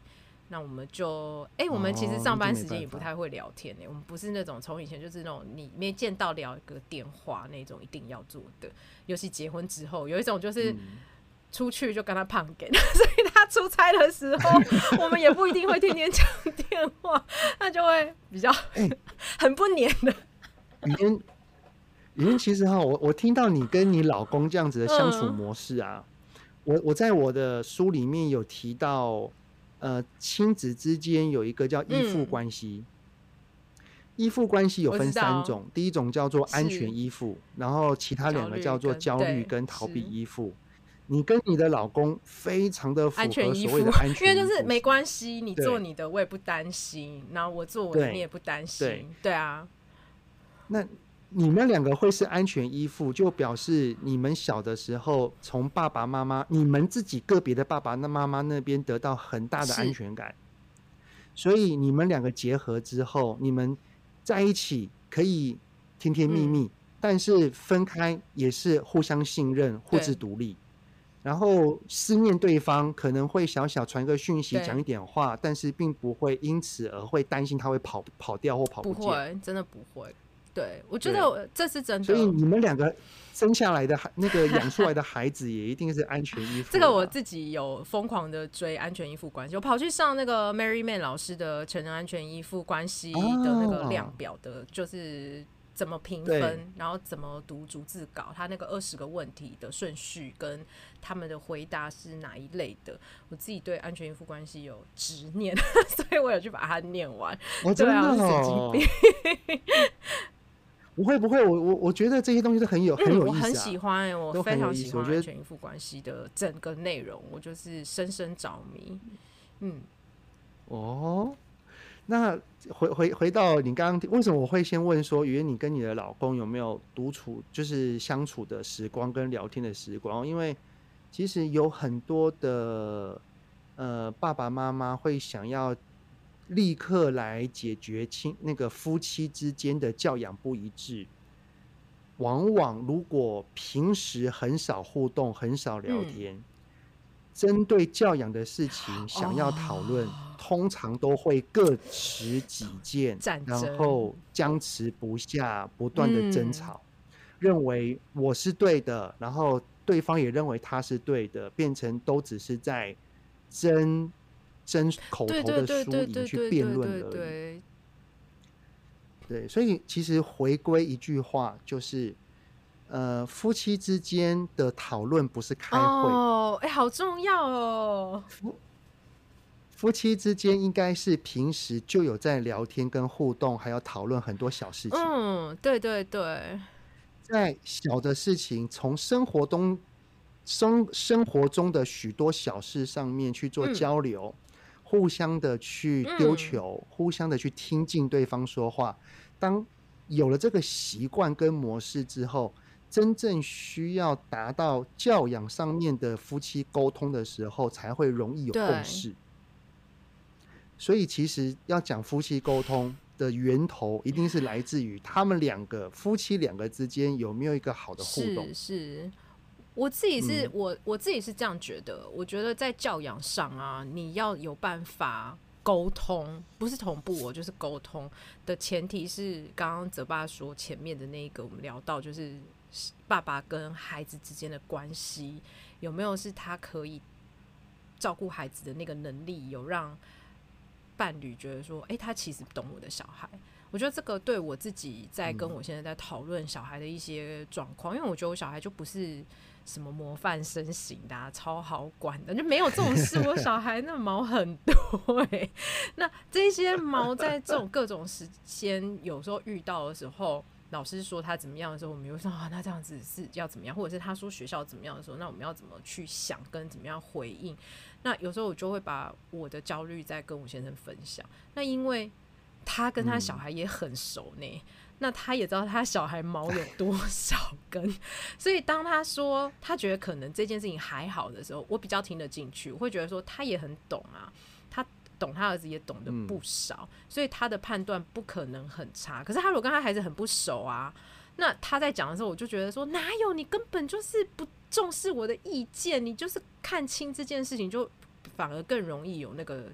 那我们就哎、欸，我们其实上班时间也不太会聊天、欸、我们不是那种从以前就是那种你没见到聊一个电话那种一定要做的，尤其结婚之后有一种就是出去就跟他胖给、嗯、所以他出差的时候我们也不一定会天天讲电话，那就会比较、欸、很不黏的。 语嫣，语嫣其实哈，我我听到你跟你老公这样子的相处模式啊，嗯、我我在我的书里面有提到。呃，亲子之间有一个叫依附关系、嗯，依附关系有分三种，第一种叫做安全依附，然后其他两个叫做焦虑跟逃避依附。你跟你的老公非常的符合所谓的安全依附， 因为就是没关系，你做你的我也不担心，然后我做我的你也不担心， 对, 对啊。 那你们两个会是安全依附，就表示你们小的时候从爸爸妈妈你们自己个别的爸爸那妈妈那边得到很大的安全感，所以你们两个结合之后，你们在一起可以甜甜蜜蜜、嗯、但是分开也是互相信任互自独立，然后思念对方可能会小小传个讯息讲一点话，但是并不会因此而会担心他会 跑, 跑掉或跑不见， 不会，真的不会。对，我觉得这是真的。 所以你们两个生下来的那个养出来的孩子也一定是安全依附。 这个我自己有疯狂的追安全依附关系，我跑去上那个 Mary Man 老师的成人安全依附关系的那个量表的，哦、就是怎么评分，然后怎么读逐字稿，他那个二十个问题的顺序跟他们的回答是哪一类的。我自己对安全依附关系有执念，所以我有去把它念完。 哦，真的哦，对啊，我是神经病。不会不会，我我我觉得这些东西都很有、嗯、很有意思、啊、 我很喜欢、欸、我非常喜欢安全依附关系的整个内容，我就是深深着迷。嗯， 哦，那回回回到你刚刚，为什么我会先问说，语嫣你跟你的老公有没有独处，就是相处的时光跟聊天的时光？因为其实有很多的呃爸爸妈妈会想要立刻来解决亲那个夫妻之间的教养不一致，往往如果平时很少互动很少聊天、嗯、针对教养的事情想要讨论、哦、通常都会各持己见，然后僵持不下，不断的争吵、嗯、认为我是对的，然后对方也认为他是对的，变成都只是在争争口头的输赢去辩论而已。对，所以其实回归一句话，就是呃，夫妻之间的讨论不是开会哦，哎、欸，好重要哦。 夫夫妻之间应该是平时就有在聊天跟互动，还有讨论很多小事情。 嗯，对对对， 在小的事情，从生活中生生活中的许多小事上面去做交流。嗯，互相的去丢球、嗯、互相的去听进对方说话，当有了这个习惯跟模式之后，真正需要达到教养上面的夫妻沟通的时候，才会容易有共识。所以其实要讲夫妻沟通的源头，一定是来自于他们两个夫妻两个之间有没有一个好的互动。 是是，我自己是、嗯、我我自己是这样觉得，我觉得在教养上啊，你要有办法沟通，不是同步哦，就是沟通的前提是刚刚泽爸说前面的那个，我们聊到就是爸爸跟孩子之间的关系有没有是他可以照顾孩子的那个能力，有让伴侣觉得说，哎、欸，他其实懂我的小孩。我觉得这个对我自己在跟我现在在讨论小孩的一些状况、嗯，因为我觉得我小孩就不是什么模范生型的、啊、超好管的，就没有这种事。我小孩那毛很多、欸、那这些毛在这种各种时间有时候遇到的时候，老师说他怎么样的时候，我们就会说、啊、那这样子是要怎么样，或者是他说学校怎么样的时候，那我们要怎么去想跟怎么样回应。那有时候我就会把我的焦虑再跟我先生分享，那因为他跟他小孩也很熟呢、嗯，那他也知道他小孩毛有多少根，所以当他说他觉得可能这件事情还好的时候，我比较听得进去，我会觉得说他也很懂啊，他懂他儿子也懂得不少、嗯，所以他的判断不可能很差。可是他如果跟他孩子很不熟啊，那他在讲的时候，我就觉得说哪有，你根本就是不重视我的意见，你就是看清这件事情，就反而更容易有那个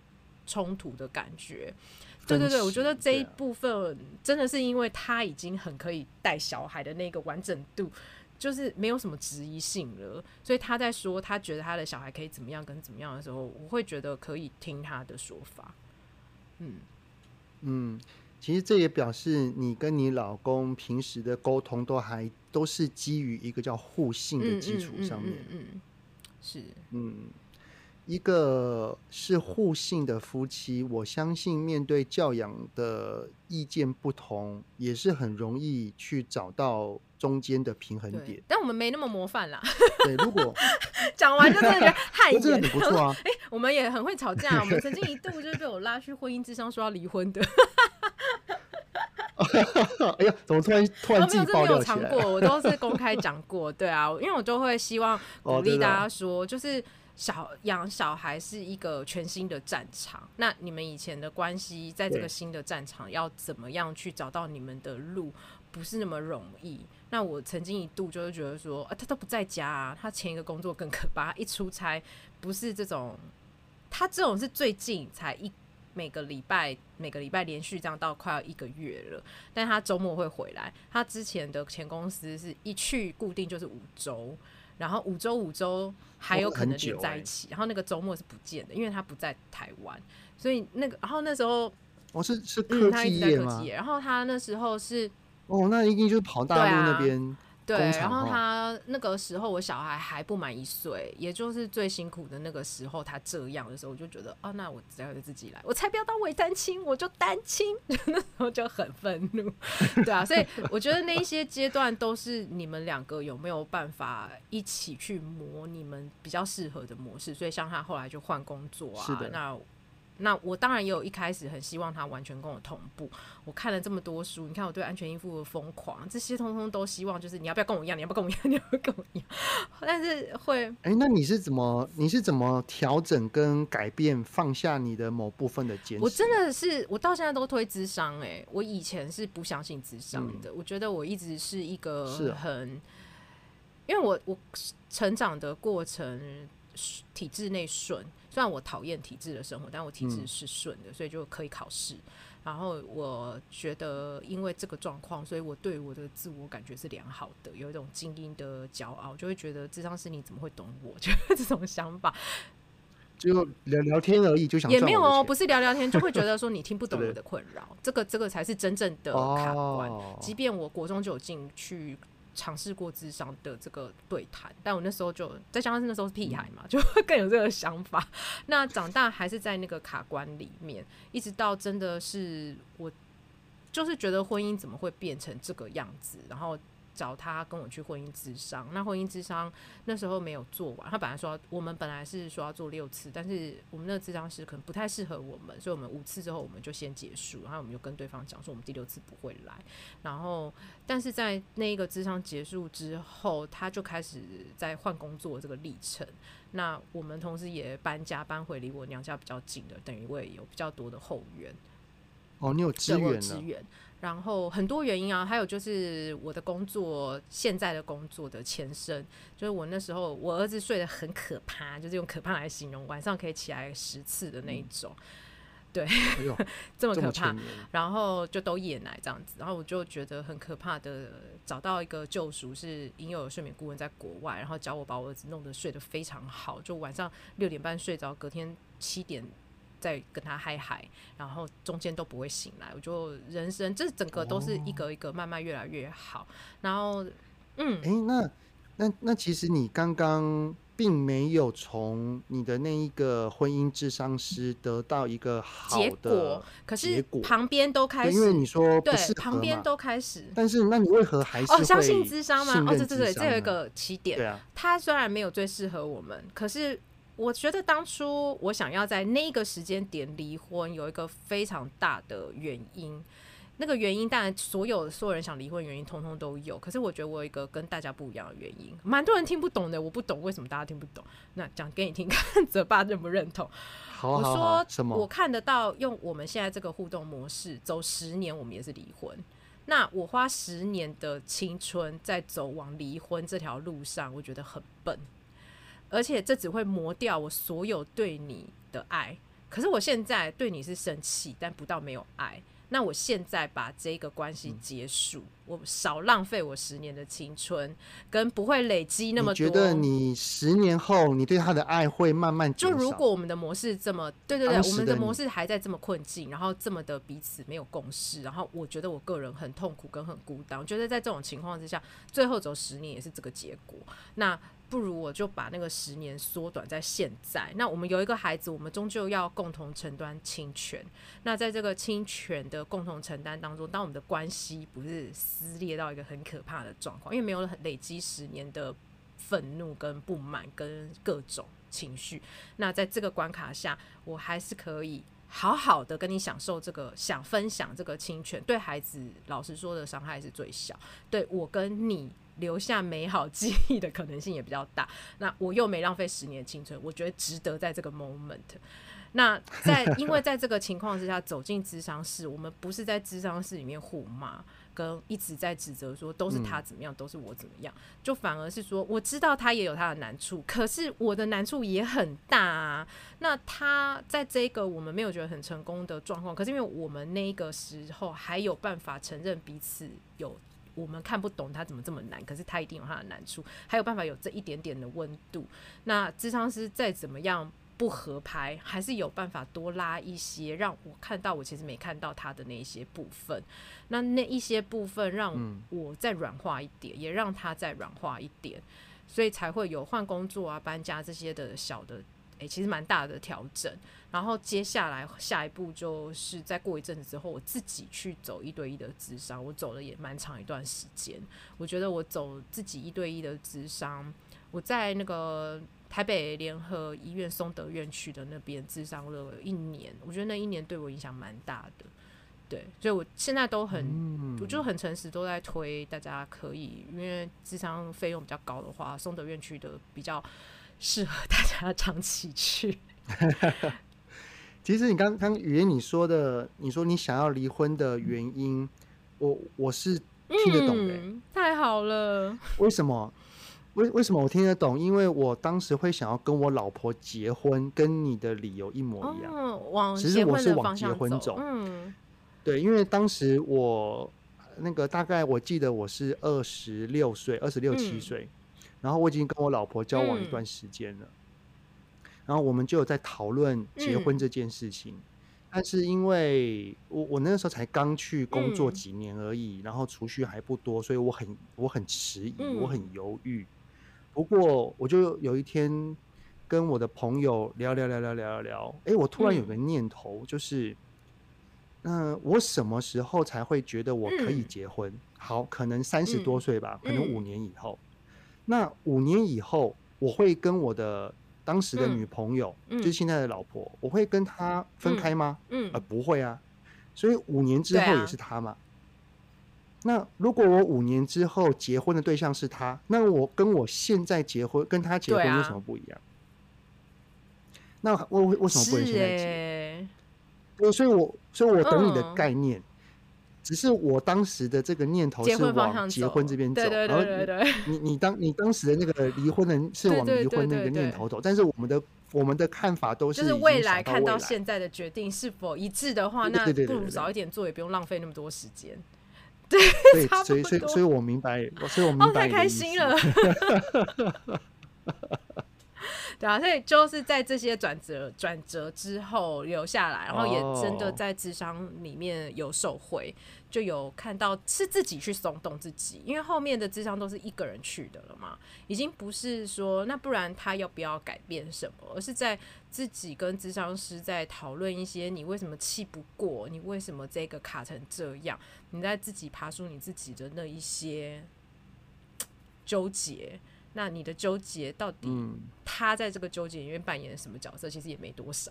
冲突的感觉。对对对，我觉得这一部分真的是因为他已经很可以带小孩的那个完整度，就是没有什么质疑性了，所以他在说他觉得他的小孩可以怎么样跟怎么样的时候，我会觉得可以听他的说法。嗯嗯，其实这也表示你跟你老公平时的沟通都还都是基于一个叫互信的基础上面。 嗯嗯嗯嗯嗯、是嗯。一个是互信的夫妻，我相信面对教养的意见不同，也是很容易去找到中间的平衡点。 但我们没那么模范啦。 对，如果讲完就真的觉得汗颜， 真的很不错啊。 哎、欸，我们也很会吵架，我们曾经一度就是被我拉去婚姻諮商说要离婚的。 哎呀，怎么突然突然自己爆料起来了？ 没有，这没有藏过，我都是公开讲过。对啊，因为我就会希望鼓励大家说，哦、就是小养小孩是一个全新的战场。那你们以前的关系，在这个新的战场要怎么样去找到你们的路，不是那么容易。那我曾经一度就是觉得说，啊，他都不在家啊，他前一个工作更可怕，他一出差不是这种，他这种是最近才一。每个礼拜每个礼拜连续这样到快要一个月了，但他周末会回来。他之前的前公司是一去固定就是五周，然后五周五周还有可能连在一起，哦欸、然后那个周末是不见的，因为他不在台湾，所以那个然后那时候哦是是科技业吗？ 嗯、他一直在科技业，然后他那时候是哦，那一定就是跑大陆那边。 对，然后他那个时候我小孩还不满一岁，也就是最辛苦的那个时候，他这样的时候，我就觉得，哦，那我只要自己来，我才不要当伪单亲，我就单亲，那时候就很愤怒，对啊，所以我觉得那一些阶段都是你们两个有没有办法一起去磨你们比较适合的模式，所以像他后来就换工作啊， 是的， 那。那我当然也有一开始很希望他完全跟我同步，我看了这么多书，你看我对安全依附的疯狂，这些通通都希望就是你要不要跟我一样，你要不要跟我一样，你要不要跟我一样，但是会， 哎、欸，那你是怎么你是怎么调整跟改变，放下你的某部分的坚持？ 我真的是我到现在都推諮商，哎、欸，我以前是不相信諮商的、嗯，我觉得我一直是一个很，因为我我成长的过程体制内顺。虽然我讨厌体制的生活，但我体制是顺的、嗯，所以就可以考试。然后我觉得，因为这个状况，所以我对我的自我感觉是良好的，有一种精英的骄傲，就会觉得諮商师你怎么会懂我？就这种想法。 就聊聊天而已，就想也没有哦，不是聊聊天，就会觉得说你听不懂我的困扰，这个这个才是真正的卡关。哦、即便我国中就有进去。尝试过諮商的这个对谈，但我那时候就再加上那时候是屁孩嘛，嗯、就会更有这个想法。那长大还是在那个卡关里面，一直到真的是我就是觉得婚姻怎么会变成这个样子，然后找他跟我去婚姻諮商。那婚姻諮商那时候没有做完，他本来说我们本来是说要做六次，但是我们那个諮商师可能不太适合我们，所以我们五次之后我们就先结束，然后我们就跟对方讲说我们第六次不会来。然后但是在那一个諮商结束之后，他就开始在换工作这个历程。那我们同时也搬家搬回离我娘家比较近的，等于我也有比较多的后援。 哦，你有支援了， 支援。然后很多原因啊，还有就是我的工作，现在的工作的前身，就是我那时候我儿子睡得很可怕，就是用可怕来形容，晚上可以起来十次的那一种，嗯、对，哎、这么可怕，然后就都夜奶这样子，然后我就觉得很可怕的，找到一个救赎是婴幼儿睡眠顾问在国外，然后教我把我儿子弄得睡得非常好，就晚上六点半睡着，隔天七点。再跟他嗨嗨，然后中间都不会醒来，我就人生这整个都是一个一个慢慢越来越好。哦、然后，嗯， 哎、欸，那那那其实你刚刚并没有从你的那一个婚姻諮商师得到一个好的结果， 可是旁邊都開始， 因為你說不適合嘛， 對，旁邊都開始。 但是那你為何還是會哦相信諮商嗎？ 信任諮商呢？ 哦，對對對，這有一個起點。 對啊， 他雖然沒有最適合我們，可是我覺得當初我想要在那個時間點離婚，有一個非常大的原因。那個原因當然所有所有人想離婚的原因通通都有，可是我覺得我有一個跟大家不一樣的原因，蠻多人聽不懂的，我不懂為什麼大家聽不懂，那講給你聽看，澤爸認不認同？ 好好好， 我說我看得到用我們現在這個互動模式走十年我們也是離婚，那我花十年的青春在走往離婚這條路上，我覺得很笨，而且這只會磨掉我所有對你的愛， 可是我现在对你是生气，但不到没有爱。那我现在把这个关系结束、嗯，我少浪费我十年的青春，跟不会累积那么多。 你觉得你十年后你对他的爱会慢慢减少？ 就如果我们的模式这么，对对对，我们的模式还在这么困境，然后这么的彼此没有共识，然后我觉得我个人很痛苦跟很孤单。我觉得在这种情况之下，最后走十年也是这个结果。那不如我就把那个十年缩短在现在。那我们有一个孩子，我们终究要共同承担侵权。那在这个侵权的共同承担当中，当我们的关系不是撕裂到一个很可怕的状况，因为没有累积十年的愤怒跟不满跟各种情绪，那在这个关卡下，我还是可以好好的跟你享受这个，想分享这个侵权，对孩子老实说的伤害是最小，对我跟你留下美好记忆的可能性也比较大。那我又没浪费十年的青春，我觉得值得在这个 moment。那在因为在这个情况之下走进諮商室，我们不是在諮商室里面互骂，跟一直在指责说都是他怎么样、嗯、都是我怎么样，就反而是说我知道他也有他的难处，可是我的难处也很大啊。那他在这个我们没有觉得很成功的状况，可是因为我们那个时候还有办法承认彼此有我们看不懂他怎么这么难，可是他一定有他的难处，还有办法有这一点点的温度。那諮商師再怎么样不合拍，还是有办法多拉一些，让我看到我其实没看到他的那一些部分。那那一些部分让我再软化一点、嗯，也让他再软化一点，所以才会有换工作啊、搬家这些的小的，欸、其实蛮大的调整。然后接下来下一步就是再过一阵子之后，我自己去走一对一的諮商，我走了也蛮长一段时间。我觉得我走自己一对一的諮商，我在那个台北联合医院松德院区的那边諮商了一年，我觉得那一年对我影响蛮大的。对，所以我现在都很、嗯、我就很诚实都在推大家可以，因为諮商费用比较高的话，松德院区的比较适合大家长期去。 其实你刚刚语言你说的，你说你想要离婚的原因，我我是听得懂的、欸嗯、太好了。 为什么？为为什么我听得懂？因为我当时会想要跟我老婆结婚，跟你的理由一模一样。 哦，往只是我是往结婚走。 嗯， 对，因为当时我那个大概我记得我是二十六岁，二十六七岁，然后我已经跟我老婆交往一段时间了。嗯，然后我们就有在讨论结婚这件事情、嗯、但是因为 我, 我那个时候才刚去工作几年而已、嗯、然后储蓄还不多，所以我很我很迟疑、嗯、我很犹豫。不过我就有一天跟我的朋友聊聊聊聊聊聊，哎，我突然有个念头、嗯、就是嗯、呃，我什么时候才会觉得我可以结婚、嗯、好，可能三十多岁吧、嗯、可能五年以后、嗯、那五年以后我会跟我的当时的女朋友、嗯、就是现在的老婆、嗯、我会跟她分开吗？嗯，呃，不会啊，所以五年之后也是她嘛、啊、那如果我五年之后结婚的对象是她，那我跟我现在结婚跟她结婚有什么不一样？啊、那我为什么不能现在结？对，所以我所以我懂你的概念、嗯，只是我当时的这个念头是往结婚这边走， 对对对对对， 然后你你当你当时的那个离婚的是往离婚那个念头走，对对对对对，但是我们的我们的看法都是就是未来看到现在的决定是否一致的话，那不如早一点做，也不用浪费那么多时间。对， 对，所以所以所以我明白，所以我明白、哦， 太开心了。对啊，所以就是在这些转折转折之后留下来，然后也真的在諮商里面有受惠，就有看到是自己去松动自己，因为后面的諮商都是一个人去的了嘛，已经不是说那不然他要不要改变什么，而是在自己跟諮商師在讨论一些你为什么气不过，你为什么这个卡成这样，你在自己爬出你自己的那一些纠结。那你的纠结到底他在这个纠结里面扮演什么角色、嗯、其实也没多少。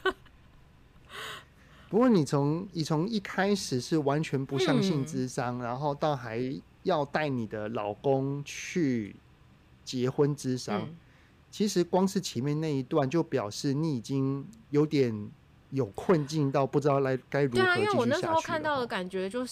不过你从你从一开始是完全不相信諮商、嗯、然后到还要带你的老公去结婚諮商、嗯、其实光是前面那一段就表示你已经有点有困境到不知道来该如何继续下去。 对啊，因为我那时候看到的感觉就是，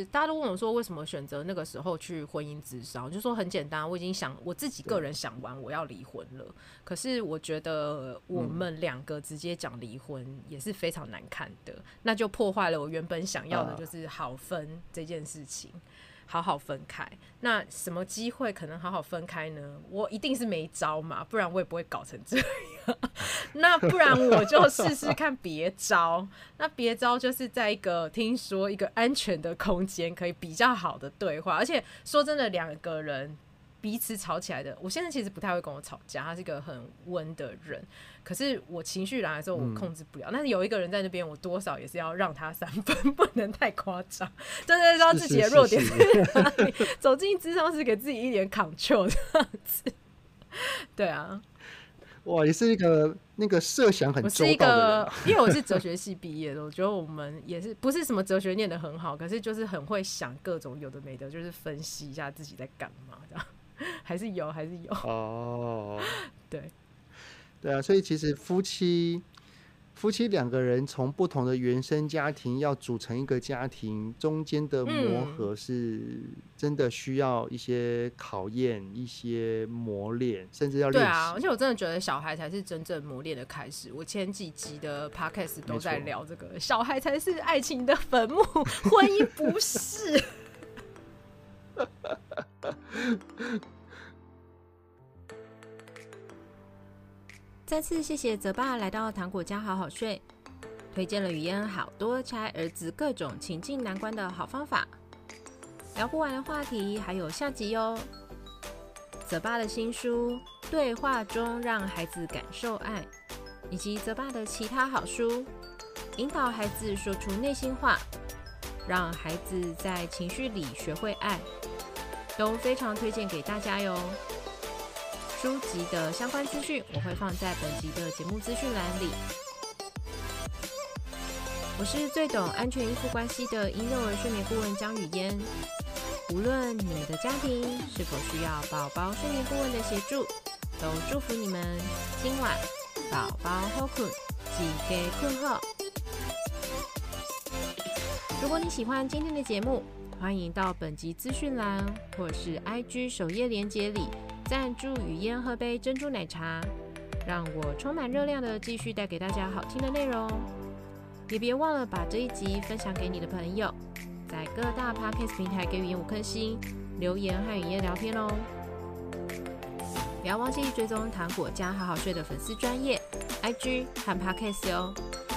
大家都问我说为什么选择那个时候去婚姻咨商，就说很简单，我已经想我自己个人想完我要离婚了。可是我觉得我们两个直接讲离婚也是非常难看的，嗯、那就破坏了我原本想要的就是好分这件事情。啊好好分开，那什么机会可能好好分开呢？我一定是没招嘛，不然我也不会搞成这样。那不然我就试试看别招。那别招就是在一个听说一个安全的空间，可以比较好的对话。而且说真的，两个人彼此吵起来的，我现在其实不太会跟我吵架，他是一个很温的人。可是我情绪来的时候，我控制不了。嗯、但是有一个人在那边，我多少也是要让他三分，不能太夸张。就是知道自己的弱点是哪里，走进諮商室给自己一点 control 这样子。对啊， 哇，也是一个那个设想很周到的人、啊。 我是一个，因为我是哲学系毕业的，我觉得我们也是不是什么哲学念得很好，可是就是很会想各种有的没的，就是分析一下自己在干嘛这样。还是有，还是有。哦，对。 对啊，所以其实夫妻夫妻两个人从不同的原生家庭要组成一个家庭，中间的磨合是真的需要一些考验、一些磨练，甚至要练习。 对啊，而且我真的觉得小孩才是真正磨练的开始。我前几集的 podcast 都在聊这个，小孩才是爱情的坟墓，婚姻不是。再次谢谢泽爸来到糖果家好好睡，推荐了语嫣好多拆儿子各种情境难关的好方法。聊不完的话题还有下集哦。泽爸的新书《对话中让孩子感受爱》，以及泽爸的其他好书，引导孩子说出内心话，让孩子在情绪里学会爱，都非常推荐给大家哟。书籍的相关资讯我会放在本集的节目资讯栏里。我是最懂安全依附关系的婴幼儿睡眠顾问江语嫣。无论你们的家庭是否需要宝宝睡眠顾问的协助，都祝福你们今晚宝宝好困，记得困好。如果你喜欢今天的节目，欢迎到本集资讯栏或是 I G 首页连结里赞助语嫣喝杯珍珠奶茶，让我充满热量的继续带给大家好听的内容。也别忘了把这一集分享给你的朋友，在各大 Podcast 平台给语嫣五颗星，留言和语嫣聊天哦。不要忘记追踪糖果家好好睡的粉丝专页 I G 和 Podcast 哦。